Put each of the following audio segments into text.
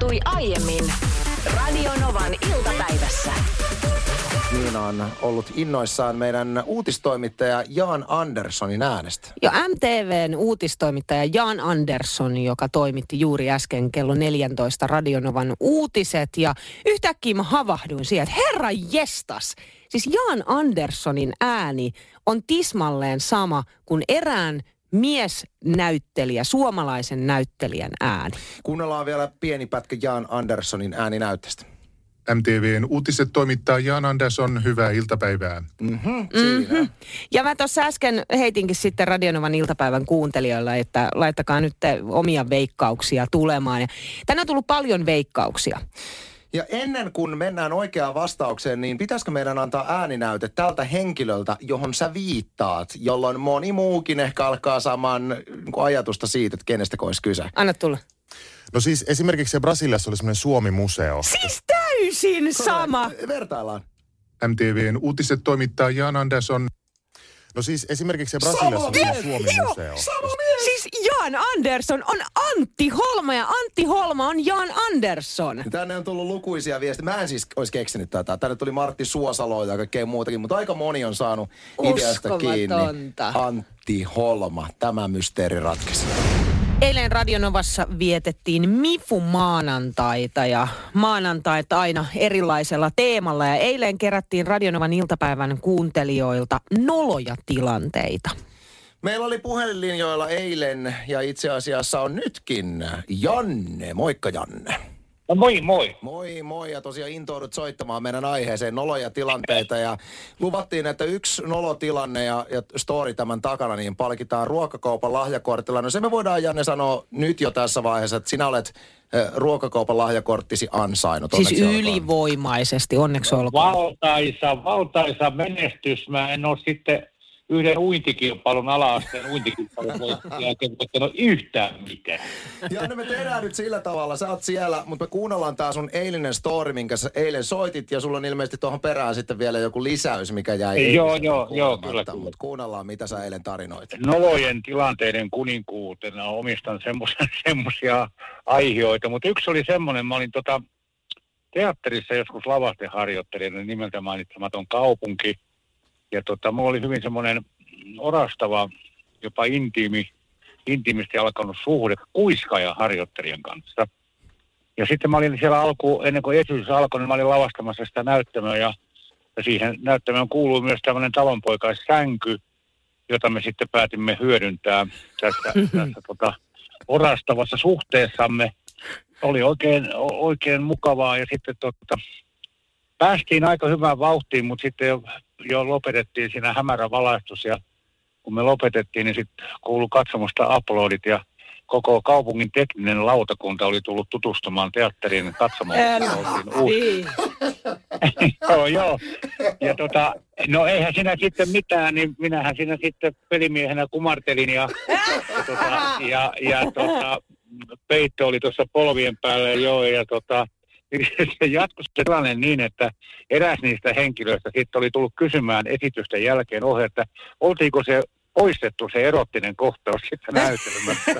tapahtui aiemmin Radionovan iltapäivässä. Niina on ollut innoissaan meidän uutistoimittaja Jan Anderssonin äänestä. Ja MTVn uutistoimittaja Jan Andersson, joka toimitti juuri äsken kello 14 Radionovan uutiset. Ja yhtäkkiä mä havahduin siihen, että herra jestas, siis Jan Anderssonin ääni on tismalleen sama kuin erään miesnäyttelijä, suomalaisen näyttelijän ääni. Kuunnellaan vielä pieni pätkä Jan Anderssonin ääninäytteestä. MTVn uutiset toimittaa Jan Andersson, hyvää iltapäivää. Siinä. Ja mä tuossa äsken heitinkin sitten Radionovan iltapäivän kuuntelijoilla, että laittakaa nyt omia veikkauksia tulemaan. Ja tänään on tullut paljon veikkauksia. Ja ennen kuin mennään oikeaan vastaukseen, niin pitäisikö meidän antaa ääninäyte tältä henkilöltä, johon sä viittaat, jolloin moni muukin ehkä alkaa saamaan ajatusta siitä, että kenestä olisi kyse. Anna tulla. No siis esimerkiksi Brasiliassa oli semmoinen Suomi-museo. Siis täysin sama! Vertaillaan. MTVn uutiset toimittaa Jan Andersson. No siis esimerkiksi Brasiliassa oli semmoinen Suomi-museo. Siis Jan Andersson on Antti Holma ja Antti Holma on Jan Andersson. Tänne on tullut lukuisia viestejä. Mä en siis olisi keksinyt tätä. Tänne tuli Martti Suosalo ja kaikkea muutakin, mutta aika moni on saanut ideasta kiinni. Antti Holma. Tämä mysteeri ratkesi. Eilen Radionovassa vietettiin Mifu-maanantaita ja maanantaita aina erilaisella teemalla. Ja eilen kerättiin Radionovan iltapäivän kuuntelijoilta noloja tilanteita. Meillä oli puhelinlinjoilla eilen ja itse asiassa on nytkin Janne. Moikka Janne. No moi. Moi ja tosiaan intoudut soittamaan meidän aiheeseen noloja tilanteita ja luvattiin, että yksi nolotilanne ja story tämän takana niin palkitaan ruokakaupan lahjakortilla. No se me voidaan Janne sanoa nyt jo tässä vaiheessa, että sinä olet ruokakaupan lahjakorttisi ansainnut. Siis ylivoimaisesti, onneksi olkoon. Valtaisa menestys. Mä en ole sitten yhden uintikilpailun ala-asteen uintikilpailun jälkeen voittanut yhtään mitään. Janne, me tehdään nyt sillä tavalla. Sä oot siellä, mutta me kuunnellaan tää sun eilinen story, minkä sä eilen soitit. Ja sulla on ilmeisesti tuohon perään sitten vielä joku lisäys, mikä jäi. Joo, kyllä. Mutta kuunnellaan, mitä sä eilen tarinoit. Nolojen tilanteiden kuninkuutena omistan semmoisia aihioita. Mutta yksi oli semmoinen, mä olin teatterissa joskus lavasteharjoittelijana nimeltä mainitsematon kaupunki. Ja mulla oli hyvin semmoinen orastava, jopa intiimisti alkanut suhde kuiskaajan harjoittelijan kanssa. Ja sitten mä olin siellä ennen kuin esitys alkoi, niin mä olin lavastamassa sitä näyttämöä ja siihen näyttämöön kuului myös tämmöinen talonpoikaissänky, jota me sitten päätimme hyödyntää tässä orastavassa suhteessamme. Oli oikein mukavaa ja sitten päästiin aika hyvään vauhtiin, mutta sitten jo lopetettiin siinä hämärä valaistus ja kun me lopetettiin, niin sitten kuului katsomusta aplodit ja koko kaupungin tekninen lautakunta oli tullut tutustumaan teatterin katsomaan. Joo. Ja no eihän siinä sitten mitään, niin minähän siinä sitten pelimiehenä kumartelin ja peitto oli tuossa polvien päällä ja se jatkui se tilanne niin, että eräs niistä henkilöistä sitten oli tullut kysymään esitysten jälkeen että oltiinko se poistettu se erottinen kohtaus sitten näytelmästä.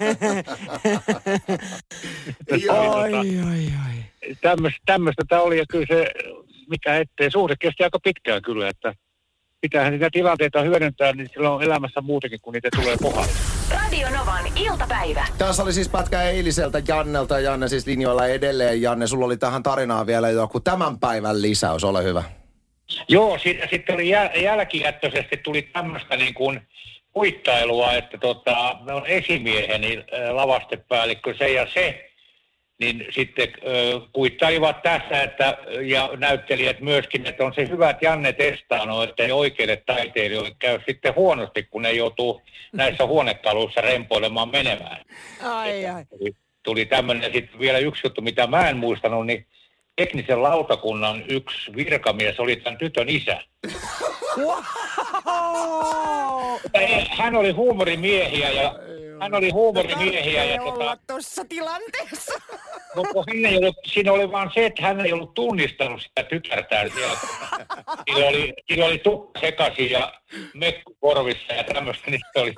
Tämmöistä tämä oli ja kyllä se, mikä ettei suhde kesti aika pitkään kyllä, että pitäähän niitä tilanteita hyödyntää, niin silloin on elämässä muutenkin, kun niitä tulee kohdalle. Radionovan iltapäivä. Tässä oli siis pätkä eiliseltä Jannelta ja Janne siis linjoilla edelleen. Janne, sulla oli tähän tarinaan vielä joku tämän päivän lisäys, ole hyvä. Joo, sitten oli jälkijättöisesti tuli tämmöistä niin kuin kuittailua, että me on esimieheni lavastepäällikkö se, niin sitten kuittailivat tässä, ja näyttelijät myöskin, että on se hyvä, että Janne testaa, että ei oikeille taiteilijoille käy sitten huonosti, kun ne joutuu näissä huonekaluissa rempoilemaan menemään. Ai. Tuli tämmöinen sitten vielä yksi juttu, mitä mä en muistanut, niin teknisen lautakunnan yksi virkamies oli tämän tytön isä. Wow! Hän oli huumorimiehiä hän oli huumorimiehiä. Ja olla tuossa tilanteessa. Mutta siinä oli vaan se, että hän ei ollut tunnistanut sitä tytärtään siellä. Siinä oli tukka sekaisin ja mekku korvissa ja tämmöistä. Niin oli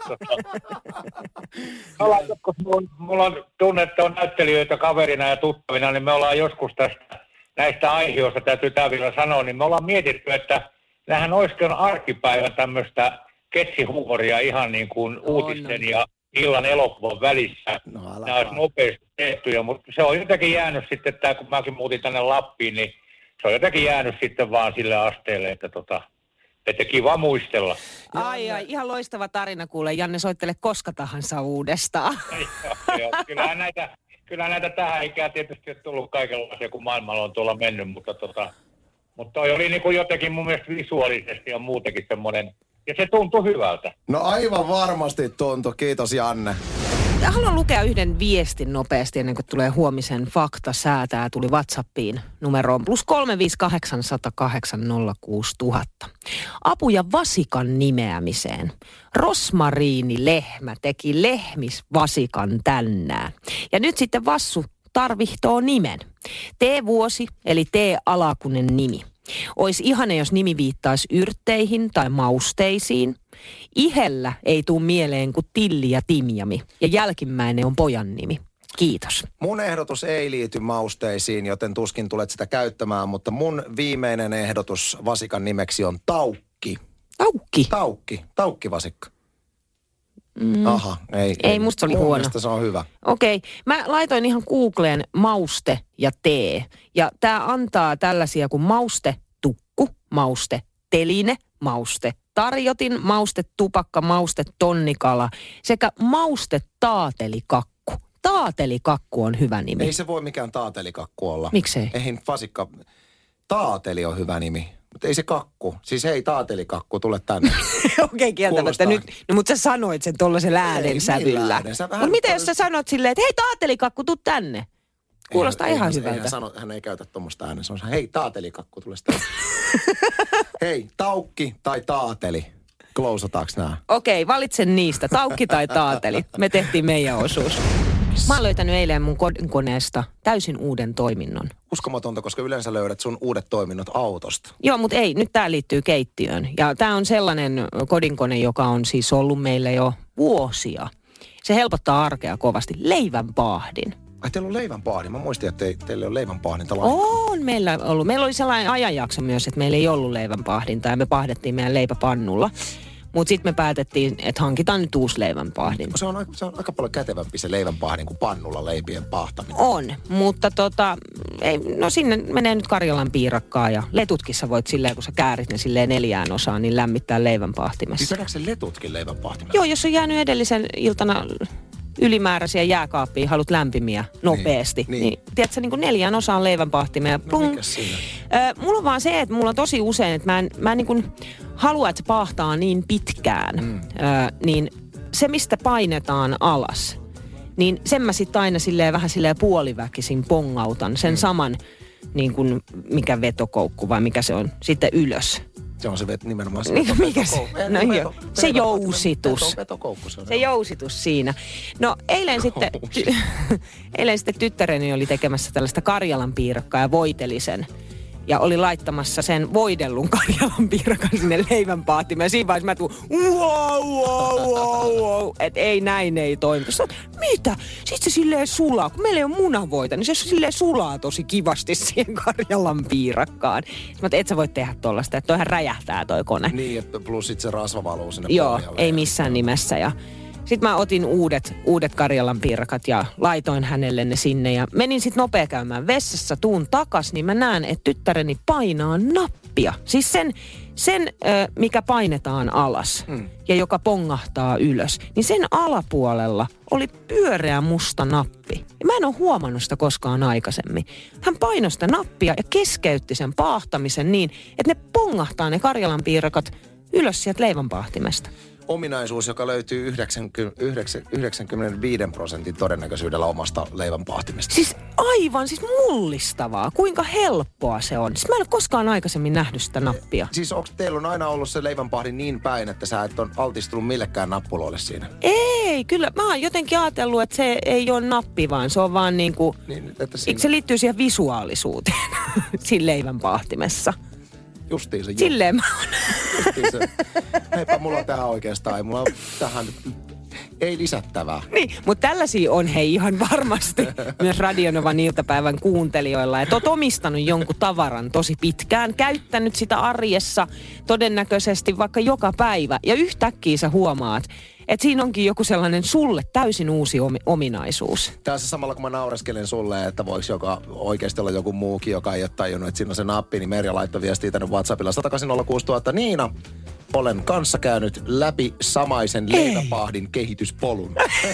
mulla on tunne, että on näyttelijöitä kaverina ja tuttavina, niin me ollaan joskus näistä aiheista, täytyy tämä vielä sanoa, niin me ollaan mietitty, että nämähän olisikin arkipäivän tämmöistä ketsihuumoria ihan niin kuin uutisten ja illan elokuvan välissä. Nämä olisi nopeasti tehtyjä, mutta se on jotenkin jäänyt sitten, että kun mäkin muutin tänne Lappiin, niin se on jotenkin jäänyt sitten vaan sille asteelle, että kiva muistella. Ai, ihan loistava tarina kuule. Janne, soittele koska tahansa uudestaan. Joo, kyllähän näitä tähän ikään tietysti on tullut kaikenlaisia, kun maailmalla on tuolla mennyt, mutta toi oli niin kuin jotenkin mun mielestä visuaalisesti ja muutenkin semmoinen, ja se tuntui hyvältä. No aivan varmasti tuntui. Kiitos Janne. Haluan lukea yhden viestin nopeasti ennen kuin tulee huomisen fakta säätää. Tuli WhatsAppiin numeroon +358 108 06000. Apuja vasikan nimeämiseen. Rosmariinilehmä teki lehmisvasikan tänään. Ja nyt sitten Vassu tarvihtoo nimen. T-vuosi eli T-alakunen nimi. Ois ihana, jos nimi viittaisi yrtteihin tai mausteisiin. Ihellä ei tule mieleen kuin Tilli ja Timjami. Ja jälkimmäinen on pojan nimi. Kiitos. Mun ehdotus ei liity mausteisiin, joten tuskin tulet sitä käyttämään, mutta mun viimeinen ehdotus vasikan nimeksi on Taukki. Taukki? Taukkivasikka. Aha, ei musta oli huono. Mielestä se on hyvä. Okei, mä laitoin ihan Googleen mauste ja tee. Ja tää antaa tällaisia kuin mauste tukku, mauste teline, mauste tarjotin, mauste tupakka, mauste tonnikala sekä mauste taatelikakku. Taatelikakku on hyvä nimi. Ei se voi mikään taatelikakku olla. Miksei? Ei vasikka. Taateli on hyvä nimi. Mutta ei se kakku. Siis hei, taatelikakku, tule tänne. Okei, kieltämättä nyt. No, mutta sä sanoit sen tollaisen äänensävyllä. Mutta mitä jos sä sanot silleen, että hei, taatelikakku, tuu tänne? Kuulostaa ihan hyvältä. Hän ei käytä tuommoista ääneen. Se on hei, taatelikakku, tule tänne. Hei, taukki tai taateli. Klousataanko nää? Okei, valitsen niistä. Taukki tai taateli. Me tehtiin meidän osuus. Mä oon löytänyt eilen mun kodinkoneesta täysin uuden toiminnon. Uskomatonta, koska yleensä löydät sun uudet toiminnot autosta. Joo, mutta ei. Nyt tää liittyy keittiöön. Ja tää on sellainen kodinkone, joka on siis ollut meillä jo vuosia. Se helpottaa arkea kovasti. Leivänpaahdin. Ai, teillä on leivänpaahdin. Mä muistin, että teillä on leivänpaahdinta lainkaan. On meillä ollut. Meillä oli sellainen ajanjakso myös, että meillä ei ollut leivänpaahdinta ja me paahdettiin meidän leipäpannulla. Mutta sitten me päätettiin, että hankitaan nyt uusi leivänpahdin. Se on aika paljon kätevämpi se leivänpahdin kuin pannulla leipien paahtaminen. On, mutta sinne menee nyt Karjalan piirakkaa ja letutkin sä voit silleen, kun sä käärit ne silleen 4 osaan, niin lämmittää leivänpahtimessa. Siis vedätkö se letutkin leivänpahtimessa? Joo, jos on jäänyt edellisen iltana ylimääräisiä jääkaappiin, haluat lämpimiä nopeasti. Niin tiedätkö, niin kuin 4 osaan leivänpahtimia. No mikäs siinä? Mulla on vaan se, että mulla on tosi usein, että mä en niin kuin halua, että se paahtaa niin pitkään. Niin se, mistä painetaan alas, niin sen mä sitten aina vähän puoliväkisin pongautan. Sen saman, niin kuin, mikä vetokoukku vai mikä se on, sitten ylös. Se on se nimenomaan se mikä se? No joo, se jousitus. Se jousitus siinä. No eilen sitten tyttäreni oli tekemässä tällaista Karjalan piirakkaa ja voiteli sen. Ja oli laittamassa sen voidellun Karjalan piirakan sinne leivänpaahtimeen. Ja siinä vaiheessa mä tuun, wow. Että näin ei toimi. Mitä? Sitten se silleen sulaa. Kun meillä ei ole munavoita, niin se silleen sulaa tosi kivasti siihen Karjalan piirakkaan. Mä et sä voi tehdä tollaista, että toihan räjähtää toi kone. Niin, että plus sit se rasva valuu sinne pohjalle. Joo, ei missään nimessä. Ja sitten mä otin uudet Karjalan piirakat ja laitoin hänelle ne sinne ja menin sitten nopea käymään vessassa, tuun takas, niin mä näen, että tyttäreni painaa nappia. Siis sen mikä painetaan alas ja joka pongahtaa ylös, niin sen alapuolella oli pyöreä musta nappi. Ja mä en ole huomannut sitä koskaan aikaisemmin. Hän painoi sitä nappia ja keskeytti sen paahtamisen niin, että ne pongahtaa ne Karjalan piirakat ylös sieltä leivänpaahtimesta. ominaisuus, joka löytyy 95% todennäköisyydellä omasta leivänpahtimesta. Siis aivan mullistavaa. Kuinka helppoa se on. Siis mä en ole koskaan aikaisemmin nähnyt sitä nappia. Siis onko teillä on aina ollut se leivänpahdin niin päin, että sä et ole altistunut millekään nappuloille siinä? Ei, kyllä. Mä oon jotenkin ajatellut, että se ei ole nappi, vaan se on vaan niinku... Niin, että se liittyy siihen visuaalisuuteen siinä leivänpahtimessa. Justiin se. Silleen mä oon. Justiin se. Eipä mulla tähän oikeastaan, ei mulla tähän ei lisättävää. Niin, mutta tällaisia on hei ihan varmasti myös Radio Novan iltapäivän kuuntelijoilla. Että oot omistanut jonkun tavaran tosi pitkään, käyttänyt sitä arjessa todennäköisesti vaikka joka päivä. Ja yhtäkkiä sä huomaat, että siinä onkin joku sellainen sulle täysin uusi ominaisuus. Tässä samalla kun mä naureskelen sulle, että voiko oikeasti olla joku muukin, joka ei ole tajunnut, että siinä on se nappi, niin Merja laittoi viestiä tänne WhatsAppilla 1806000. Niina, olen kanssa käynyt läpi samaisen leiväpahdin kehityspolun.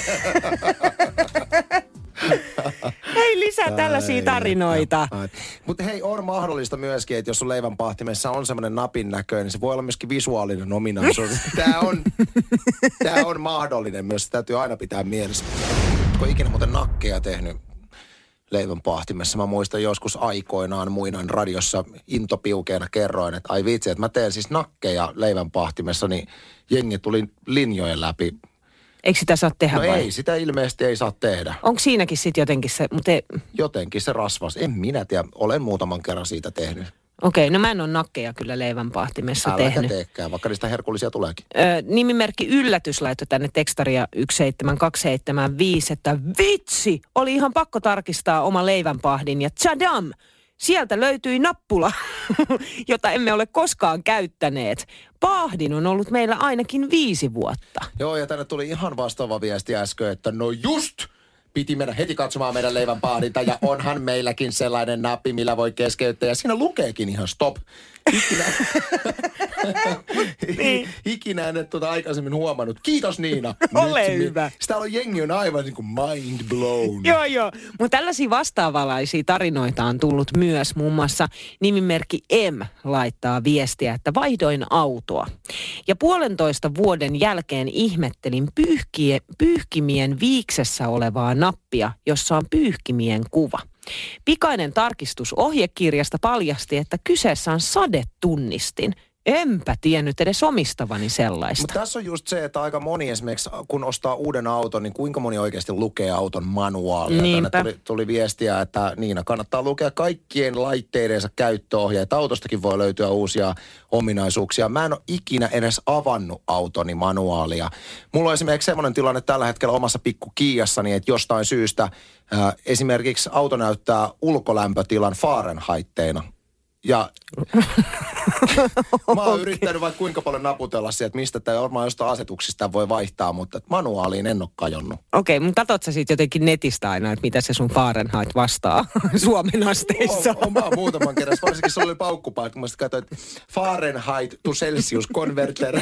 Hei, lisää tällaisia tarinoita. Mutta hei, on mahdollista myöskin, että jos sun leivänpahtimessa on semmoinen napin näköinen, niin se voi olla myöskin visuaalinen ominaisuus. Tämä on mahdollinen myös, se täytyy aina pitää mielessä. Oletko ikinä muuten nakkeja tehnyt leivänpahtimessa? Mä muistan joskus aikoinaan muinan radiossa intopiukeena kerroin, että ai vitsi, että mä teen siis nakkeja leivänpahtimessa, niin jengi tuli linjojen läpi. Eikö sitä saa tehdä vai? Ei, sitä ilmeisesti ei saa tehdä. Onko siinäkin sitten jotenkin se, mutta jotenkin se rasvas. En minä tiedä, olen muutaman kerran siitä tehnyt. Okei, no mä en ole nakkeja kyllä leivänpahtimessa tehnyt. Äläkä teekään, vaikka niistä herkullisia tuleekin. Nimimerkki Yllätys laittoi tänne tekstaria 17275, että vitsi, oli ihan pakko tarkistaa oma leivänpahdin ja tsadam! Sieltä löytyi nappula, jota emme ole koskaan käyttäneet. Pahdin on ollut meillä ainakin 5 vuotta. Joo, ja tänne tuli ihan vastaava viesti äsken, että no just piti mennä heti katsomaan meidän leivänpahdinta, ja onhan meilläkin sellainen nappi, millä voi keskeyttää, ja siinä lukeekin ihan stop. Ikinä en aikaisemmin huomannut. Kiitos Niina. Ole hyvä. Sitä on jengi on aivan niin kuin mind blown. Joo. Mutta tällaisia vastaavalaisia tarinoita on tullut myös. Muun muassa nimimerkki M laittaa viestiä, että vaihdoin autoa. Ja 1,5 vuoden jälkeen ihmettelin pyyhkimien viiksessä olevaa nappia, jossa on pyyhkimien kuva. Pikainen tarkistus ohjekirjasta paljasti, että kyseessä on sadetunnistin. Enpä tiennyt edes omistavani sellaista. Mutta tässä on just se, että aika moni esimerkiksi, kun ostaa uuden auton, niin kuinka moni oikeasti lukee auton manuaalia. Tänne tuli viestiä, että Niina, kannattaa lukea kaikkien laitteidensa käyttöohjeet. Autostakin voi löytyä uusia ominaisuuksia. Mä en ole ikinä edes avannut autoni manuaalia. Mulla on esimerkiksi semmoinen tilanne tällä hetkellä omassa pikku Kiassani, että jostain syystä esimerkiksi auto näyttää ulkolämpötilan Fahrenheitteina. Ja mä oon yrittänyt vaikka kuinka paljon naputella sieltä, että mistä tämä varmaan jostain asetuksista voi vaihtaa, mutta manuaaliin en ole kajonnut. Okei, mutta katsot sä siitä jotenkin netistä aina, että mitä se sun Fahrenheit vastaa Suomen asteissa? On muutaman kerran, varsinkin se oli paukkupaikka, mä katsoin, että Fahrenheit to Celsius converter.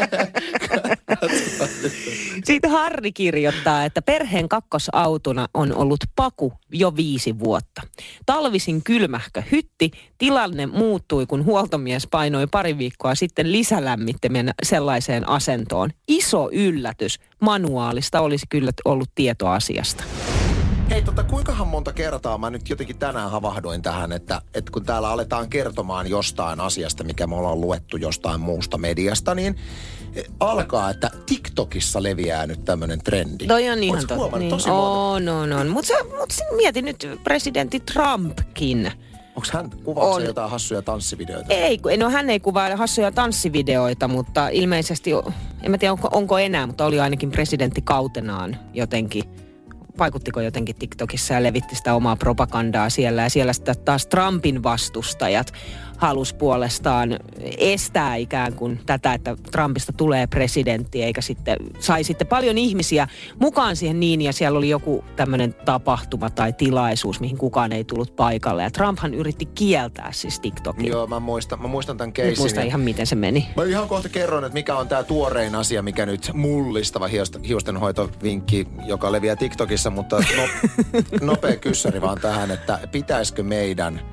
Siitä Harri kirjoittaa, että perheen kakkosautona on ollut paku jo 5 vuotta. Talvisin kylmähkö hytti, tilanne muuttui, kun huoltomies painoi pari viikkoa sitten lisälämmittimen sellaiseen asentoon. Iso yllätys. Manuaalista olisi kyllä ollut tietoa asiasta. Hei, kuinkahan monta kertaa mä nyt jotenkin tänään havahdoin tähän, että kun täällä aletaan kertomaan jostain asiasta, mikä me ollaan luettu jostain muusta mediasta, niin alkaa, että TikTokissa leviää nyt tämmöinen trendi. Toi on ihan totta. Niin. Tosi on. Mutta mieti nyt presidentti Trumpkin. Onko hän kuvaako jotain hassuja tanssivideoita? Ei, no hän ei kuvaa hassuja tanssivideoita, mutta ilmeisesti, en mä tiedä onko enää, mutta oli ainakin presidenttikautenaan jotenkin. Vaikuttiko jotenkin TikTokissa ja levitti sitä omaa propagandaa siellä. Ja siellä sitä taas Trumpin vastustajat halusi puolestaan estää ikään kuin tätä, että Trumpista tulee presidentti, eikä sitten sai sitten paljon ihmisiä mukaan siihen niin, ja siellä oli joku tämmöinen tapahtuma tai tilaisuus, mihin kukaan ei tullut paikalle. Ja Trumphan yritti kieltää siis TikTokin. Joo, mä muistan tämän keissin. Nyt muistan ihan miten se meni. Mä ihan kohta kerron, että mikä on tämä tuorein asia, mikä nyt mullistava hiustenhoitovinkki, joka leviää TikTokissa, mutta nopea kyssäri vaan tähän, että pitäisikö meidän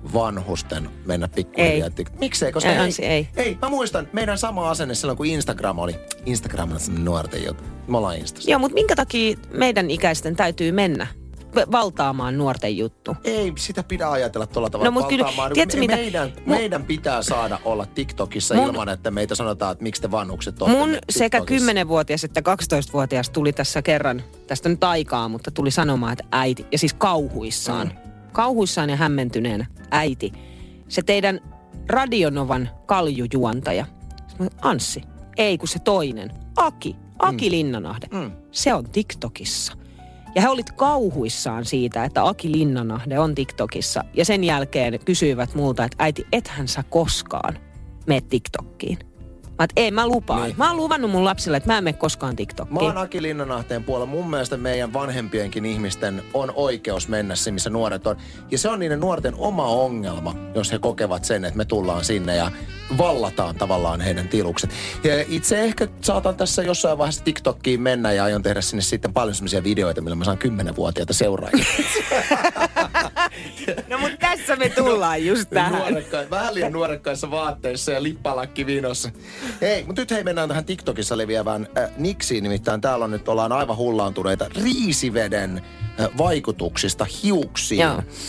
vanhusten mennä pikkuhiljaa. Miksei? Koska ei. Mä muistan meidän sama asenne silloin, kun Instagram oli. Instagram on semmoinen nuorten juttu. Me ollaan Instassa. Joo, mutta minkä takia meidän ikäisten täytyy mennä valtaamaan nuorten juttu? Ei sitä pidä ajatella tuolla tavalla valtaamaan. Meidän pitää saada olla TikTokissa ilman, että meitä sanotaan, että miksi te vanhukset olette mun sekä 10-vuotias että 12-vuotias tuli tässä kerran, tästä nyt aikaa, mutta tuli sanomaan, että äiti, ja siis kauhuissaan ja hämmentyneenä, äiti, se teidän Radionovan kaljujuontaja, Anssi, ei kun se toinen, Aki Linnanahde, se on TikTokissa. Ja he olit kauhuissaan siitä, että Aki Linnanahde on TikTokissa. Ja sen jälkeen kysyivät multa, että äiti, ethän sä koskaan mene TikTokkiin. Mä lupaan. Niin. Mä oon luvannut mun lapsille, että mä en mene koskaan TikTokkiin. Mä oon Aki Linnanahteen puolella. Mun mielestä meidän vanhempienkin ihmisten on oikeus mennä se, missä nuoret on. Ja se on niiden nuorten oma ongelma, jos he kokevat sen, että me tullaan sinne ja vallataan tavallaan heidän tilukset. Ja itse ehkä saatan tässä jossain vaiheessa TikTokkiin mennä ja aion tehdä sinne sitten paljon sellaisia videoita, millä mä saan 10-vuotiaita seuraajia. No mutta tässä me tullaan just tähän. Vähän liian nuorekkaissa vaatteissa ja lippalakki vinossa. Hei, mutta nyt mennään tähän TikTokissa leviävään niksiin. Nimittäin täällä ollaan aivan hullaantuneita riisiveden vaikutuksista hiuksiin.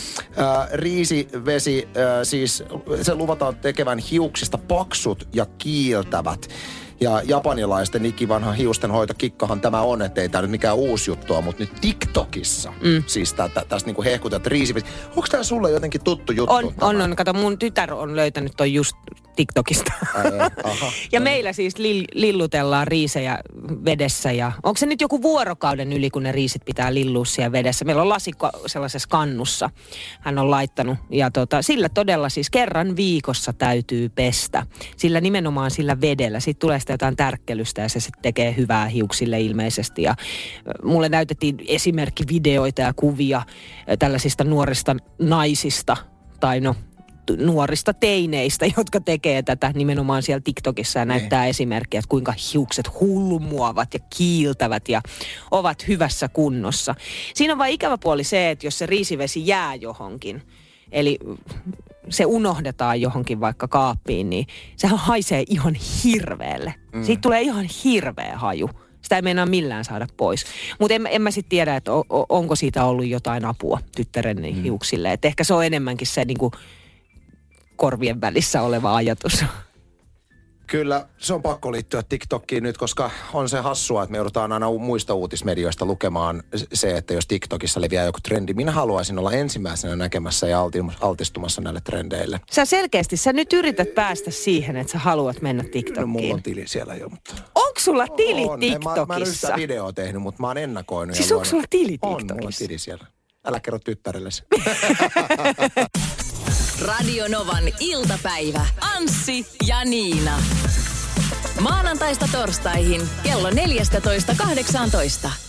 Riisivesi, siis se luvataan tekevän hiuksista paksut ja kiiltävät. Ja japanilaisten ikivanha hiustenhoitokikkahan tämä on, ettei tämä nyt mikään uusi juttu ole, mutta nyt TikTokissa. Siis tästä niinku hehkutat riisivesi. Onko tämä sulle jotenkin tuttu juttu? On. Kato, mun tytär on löytänyt toi just TikTokista. Ja meillä siis lillutellaan riisejä vedessä. Ja onko se nyt joku vuorokauden yli, kun ne riisit pitää lillua siellä vedessä? Meillä on lasikko sellaisessa kannussa. Hän on laittanut. Ja sillä todella siis kerran viikossa täytyy pestä. Sillä nimenomaan sillä vedellä. Sitten tulee sitä jotain tärkkelystä ja se sitten tekee hyvää hiuksille ilmeisesti. Ja mulle näytettiin esimerkkivideoita ja kuvia tällaisista nuorista naisista tai nuorista teineistä, jotka tekee tätä nimenomaan siellä TikTokissa ja näyttää esimerkkiä, että kuinka hiukset hulmuavat ja kiiltävät ja ovat hyvässä kunnossa. Siinä on vain ikävä puoli se, että jos se riisivesi jää johonkin, eli se unohdetaan johonkin vaikka kaappiin, niin sehän haisee ihan hirveälle. Siitä tulee ihan hirveä haju. Sitä ei meinaa millään saada pois. Mutta en mä sitten tiedä, että onko siitä ollut jotain apua tyttäreni hiuksille. Et ehkä se on enemmänkin se niinku korvien välissä oleva ajatus. Kyllä, se on pakko liittyä TikTokkiin nyt, koska on se hassua, että me joudutaan aina muista uutismedioista lukemaan se, että jos TikTokissa leviää joku trendi, minä haluaisin olla ensimmäisenä näkemässä ja altistumassa näille trendeille. Sä nyt yrität päästä siihen, että sä haluat mennä TikTokkiin. No, mulla on tili siellä jo, mutta... Onko sulla tili TikTokissa? Mä en ole yhtään videoa tehnyt, mutta mä oon ennakoinut. Siis onko sulla tili TikTokissa? On, mulla on tili siellä. Älä kerro tyttärellesi. Radio Novan iltapäivä. Anssi ja Niina. Maanantaista torstaihin kello 14.18.